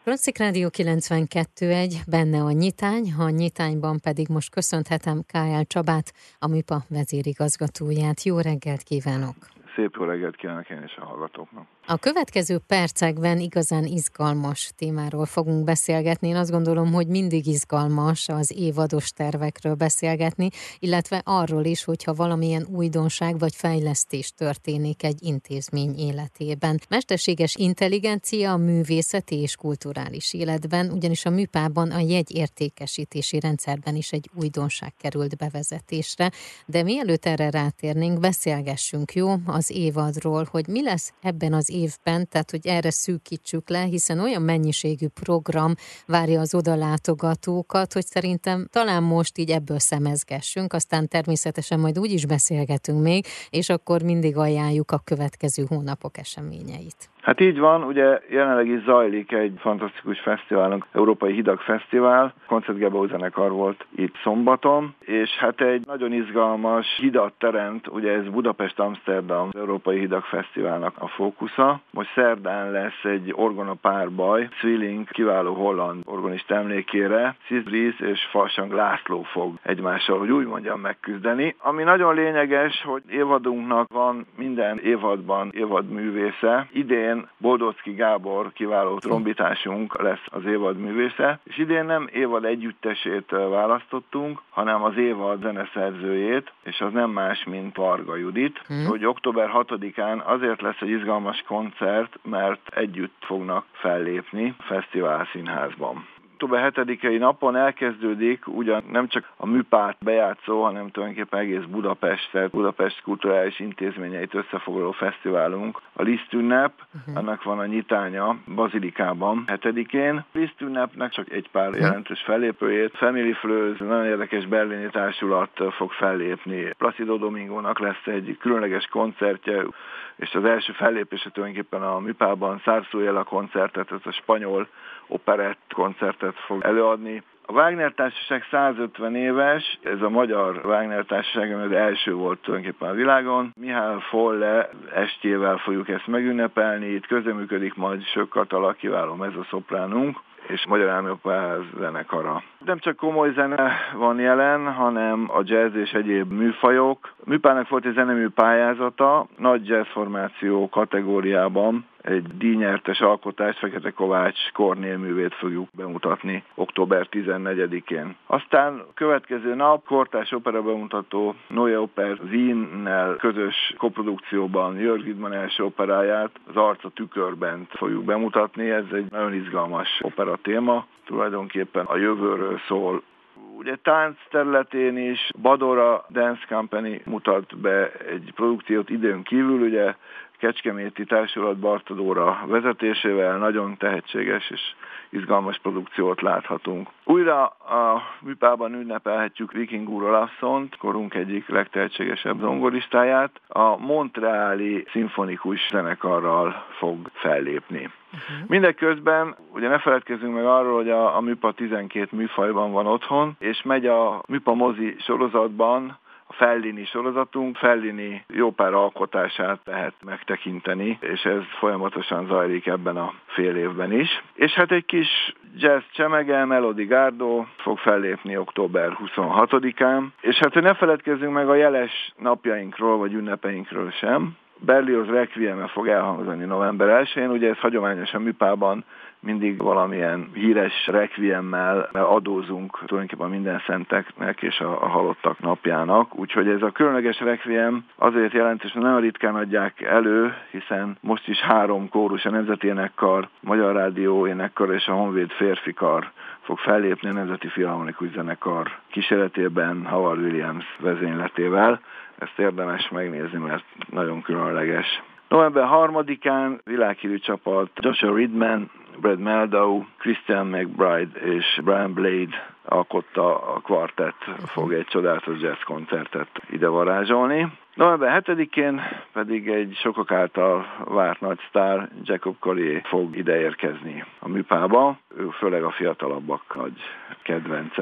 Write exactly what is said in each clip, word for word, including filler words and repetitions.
Klasszik Rádió kilencvenkettő egy, benne a nyitány, a nyitányban pedig most köszönhetem ká el Csabát, a MÜPA vezérigazgatóját. Jó reggelt kívánok! Szép jó reggelt kívánok én is a hallgatóknak! A következő percekben igazán izgalmas témáról fogunk beszélgetni. Én azt gondolom, hogy mindig izgalmas az évados tervekről beszélgetni, illetve arról is, hogyha valamilyen újdonság vagy fejlesztés történik egy intézmény életében. Mesterséges intelligencia a művészeti és kulturális életben, ugyanis a MÜPA-ban a jegyértékesítési rendszerben is egy újdonság került bevezetésre. De mielőtt erre rátérnénk, beszélgessünk, jó, az évadról, hogy mi lesz ebben az évben, tehát hogy erre szűkítsük le, hiszen olyan mennyiségű program várja az odalátogatókat, hogy szerintem talán most így ebből szemezgessünk, aztán természetesen majd úgy is beszélgetünk még, és akkor mindig ajánljuk a következő hónapok eseményeit. Hát így van, ugye jelenleg is zajlik egy fantasztikus fesztiválunk, Európai Hidak Fesztivál, Koncertgebau zenekar volt itt szombaton, és hát egy nagyon izgalmas hidat teremt, ugye ez Budapest-Amsterdam, az Európai Hidak Fesztiválnak a fókusza. Most szerdán lesz egy orgonapárbaj, Zwilling kiváló holland orgonista emlékére, Cisdries és Farsang László fog egymással, hogy úgy mondjam, megküzdeni. Ami nagyon lényeges, hogy évadunknak van minden évadban évadművésze. Idén Boldocki Gábor kiváló trombitásunk lesz az évad művésze, és idén nem évad együttesét választottunk, hanem az évad zeneszerzőjét, és az nem más, mint Varga Judit, hmm. hogy október hatodikán azért lesz egy izgalmas koncert, mert együtt fognak fellépni Fesztivál Színházban. október hetedikei napon elkezdődik ugyan nem csak a MÜPÁT bejátszó, hanem tulajdonképpen egész Budapestet, Budapest kulturális intézményeit összefoglaló fesztiválunk. A Liszt ünnep, uh-huh. annak van a nyitánya Bazilikában hetedikén. A Liszt ünnepnek csak egy pár uh-huh. jelentős fellépőjét. Family Flöz, nagyon érdekes berlini társulat fog fellépni. Placido Domingónak lesz egy különleges koncertje, és az első fellépése tulajdonképpen a MÜPÁban Zarzuela koncertet, ez a spanyol operett koncertet fog előadni. A Wagner Társaság százötven éves, ez a magyar Wagner Társaság, ami az első volt tulajdonképpen a világon. Mihály Folle estjével fogjuk ezt megünnepelni, itt közreműködik majd Sök Katala, kiváló mezzosopránunk, és Magyar Állami Opera zenekara. Nem csak komoly zene van jelen, hanem a jazz és egyéb műfajok. A MÜPÁnak volt egy zenemű pályázata, nagy jazz formáció kategóriában. Egy díjnyertes alkotást, Fekete Kovács Kornél művét fogjuk bemutatni október tizennegyedikén. Aztán következő nap kortárs opera bemutató Neue Oper Wiennel közös koprodukcióban Jörg Widmann első operáját, az Arc a tükörben fogjuk bemutatni. Ez egy nagyon izgalmas opera téma, tulajdonképpen a jövőről szól. Ugye tánc területén is Badora Dance Company mutat be egy produkciót időn kívül, ugye Kecskeméti Társulat Bartadóra vezetésével nagyon tehetséges és izgalmas produkciót láthatunk. Újra a MÜPÁban ünnepelhetjük Viking úr Olafszont, korunk egyik legtehetségesebb zongoristáját. A Montreali szimfonikus zenekarral fog fellépni. Uh-huh. Mindeközben ugye ne feledkezzünk meg arról, hogy a, a MÜPA tizenkét műfajban van otthon, és megy a MÜPA mozi sorozatban a Fellini sorozatunk, Fellini jó pár alkotását lehet megtekinteni, és ez folyamatosan zajlik ebben a fél évben is. És hát egy kis jazz csemege, Melody Gardot fog fellépni október huszonhatodikán, és hát hogy ne feledkezzünk meg a jeles napjainkról, vagy ünnepeinkről sem. Berlioz Requiem fog elhangzani november elsején, ugye ez hagyományos a MÜPÁban, mindig valamilyen híres requiemmel adózunk tulajdonképpen minden szenteknek és a, a halottak napjának. Úgyhogy ez a különleges requiem azért jelentős, hogy nagyon ritkán adják elő, hiszen most is három kórus, a Nemzeti Énekkar, Magyar Rádió Énekkar és a Honvéd Férfikar fog fellépni a Nemzeti Filharmonikus Zenekar kíséretében Howard Williams vezényletével. Ezt érdemes megnézni, mert nagyon különleges. november harmadikán világhírű csapat Joshua Ridman, Brad Meldau, Christian McBride és Brian Blade alkotta a kvartett, fog egy csodálatos jazz koncertet ide varázsolni. november hetedikén pedig egy sokak által várt nagy sztár, Jacob Collier fog ide érkezni a MÜPÁba. Ő főleg a fiatalabbak nagy kedvence.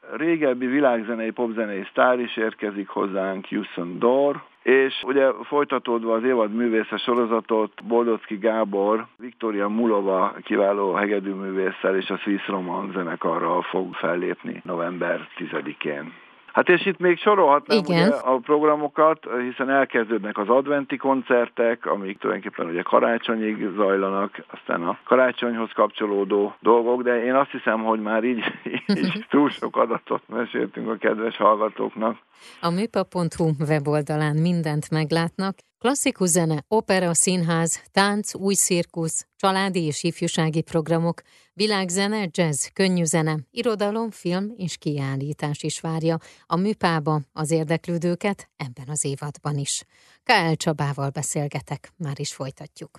régebbi világzenei, popzenei sztár is érkezik hozzánk, Houston Dore, és ugye folytatódva az évad művésze sorozatot Boldocki Gábor, Viktória Mulova kiváló hegedűművésszel és a Swiss Roman zenekarral fog fellépni november tizedikén. Hát és itt még sorolhatnám ugye a programokat, hiszen elkezdődnek az adventi koncertek, amik tulajdonképpen ugye karácsonyig zajlanak, aztán a karácsonyhoz kapcsolódó dolgok, de én azt hiszem, hogy már így, így túl sok adatot meséltünk a kedves hallgatóknak. A műpa pont hu weboldalán mindent meglátnak. Klasszikus zene, opera, színház, tánc, új cirkusz, családi és ifjúsági programok, világzene, jazz, könnyű zene, irodalom, film és kiállítás is várja a műpába az érdeklődőket ebben az évadban is. ká el Csabával beszélgetek, már is folytatjuk.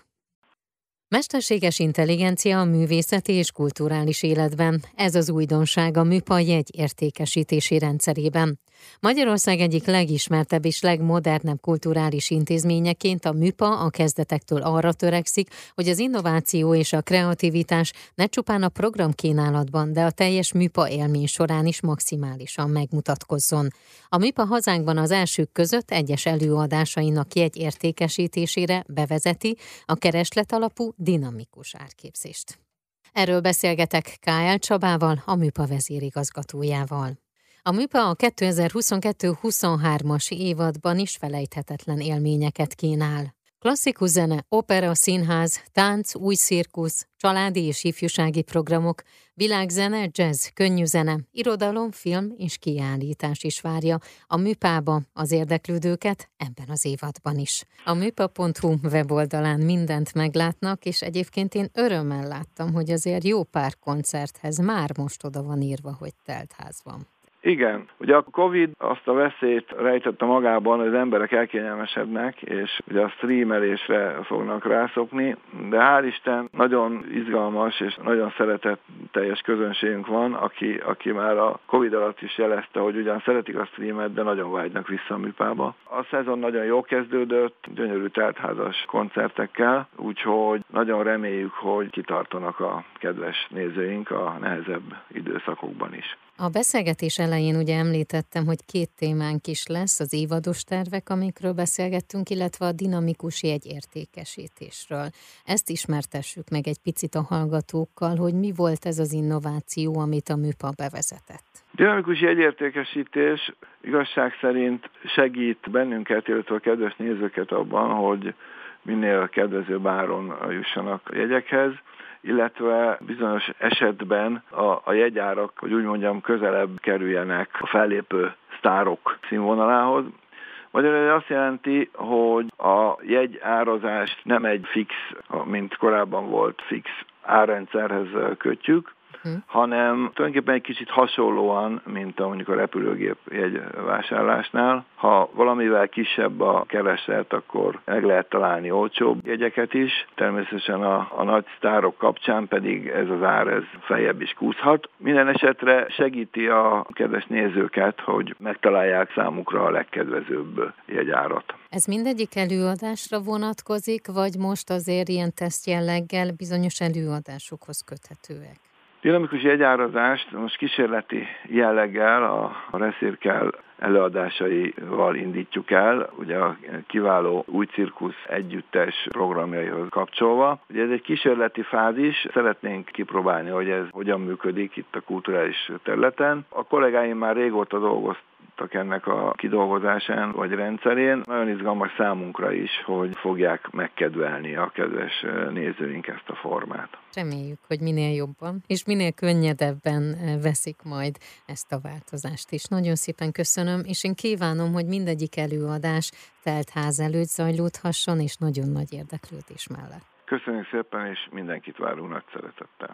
Mesterséges intelligencia a művészeti és kulturális életben. Ez az újdonság a műpa jegy értékesítési rendszerében. Magyarország egyik legismertebb és legmodernebb kulturális intézményeként a műpa a kezdetektől arra törekszik, hogy az innováció és a kreativitás ne csupán a programkínálatban, de a teljes műpa élmény során is maximálisan megmutatkozzon. A műpa hazánkban az elsők között egyes előadásainak jegy értékesítésére bevezeti a kereslet alapú dinamikus árképzést. Erről beszélgetek ká el Csabával, a műpa vezérigazgatójával. A műpa a kétezer-huszonkettő huszonhármas évadban is felejthetetlen élményeket kínál. Klasszikus zene, opera, színház, tánc, új cirkusz, családi és ifjúsági programok, világzene, jazz, könnyű zene, irodalom, film és kiállítás is várja a műpába az érdeklődőket ebben az évadban is. A műpa pont hu weboldalán mindent meglátnak, és egyébként én örömmel láttam, hogy azért jó pár koncerthez már most oda van írva, hogy teltház van. Igen, ugye a Covid azt a veszélyt rejtette magában, hogy az emberek elkényelmesednek, és ugye a streamelésre fognak rászokni, de hál' Isten nagyon izgalmas és nagyon szeretetteljes közönségünk van, aki, aki már a Covid alatt is jelezte, hogy ugyan szeretik a streamet, de nagyon vágynak vissza a műpába. A szezon nagyon jól kezdődött, gyönyörű teltházas koncertekkel, úgyhogy nagyon reméljük, hogy kitartanak a kedves nézőink a nehezebb időszakokban is. A beszélgetés elején ugye említettem, hogy két témánk is lesz, az évados tervek, amikről beszélgettünk, illetve a dinamikus jegyértékesítésről. Ezt ismertessük meg egy picit a hallgatókkal, hogy mi volt ez az innováció, amit a műpa bevezetett. Dinamikus jegyértékesítés igazság szerint segít bennünket, illetve a kedves nézőket abban, hogy minél kedvezőbb áron jussanak a jegyekhez, illetve bizonyos esetben a, a jegyárak, hogy úgy mondjam, közelebb kerüljenek a fellépő sztárok színvonalához. Magyarul ez azt jelenti, hogy a jegyárazást nem egy fix, mint korábban volt, fix árrendszerhez kötjük, Hmm. hanem tulajdonképpen egy kicsit hasonlóan, mint a mondjuk a repülőgép jegyvásárlásnál. Ha valamivel kisebb a kereslet, akkor meg lehet találni olcsóbb jegyeket is. Természetesen a, a nagy sztárok kapcsán pedig ez az ár ez feljebb is kúszhat. Minden esetre segíti a kedves nézőket, hogy megtalálják számukra a legkedvezőbb jegyárat. Ez mindegyik előadásra vonatkozik, vagy most azért ilyen tesztjelleggel bizonyos előadásokhoz köthetőek? Dinamikus jegyárazást most kísérleti jelleggel a Reszirkel előadásaival indítjuk el, ugye a kiváló új cirkusz együttes programjaihoz kapcsolva. Ugye ez egy kísérleti fázis, szeretnénk kipróbálni, hogy ez hogyan működik itt a kulturális területen. A kollégáim már régóta dolgoztak ennek a kidolgozásán vagy rendszerén. Nagyon izgalmas számunkra is, hogy fogják megkedvelni a kedves nézőink ezt a formát. Reméljük, hogy minél jobban és minél könnyedebben veszik majd ezt a változást is. Nagyon szépen köszönöm, és én kívánom, hogy mindegyik előadás teltház előtt zajlódhasson, és nagyon nagy érdeklődés mellett. Köszönjük szépen, és mindenkit várunk nagy szeretettel.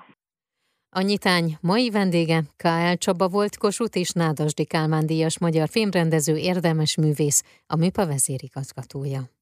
A nyitány mai vendége ká el Csaba volt, Kossuth és Nádasdy Kálmán díjas magyar filmrendező, érdemes művész, a műpa vezérigazgatója.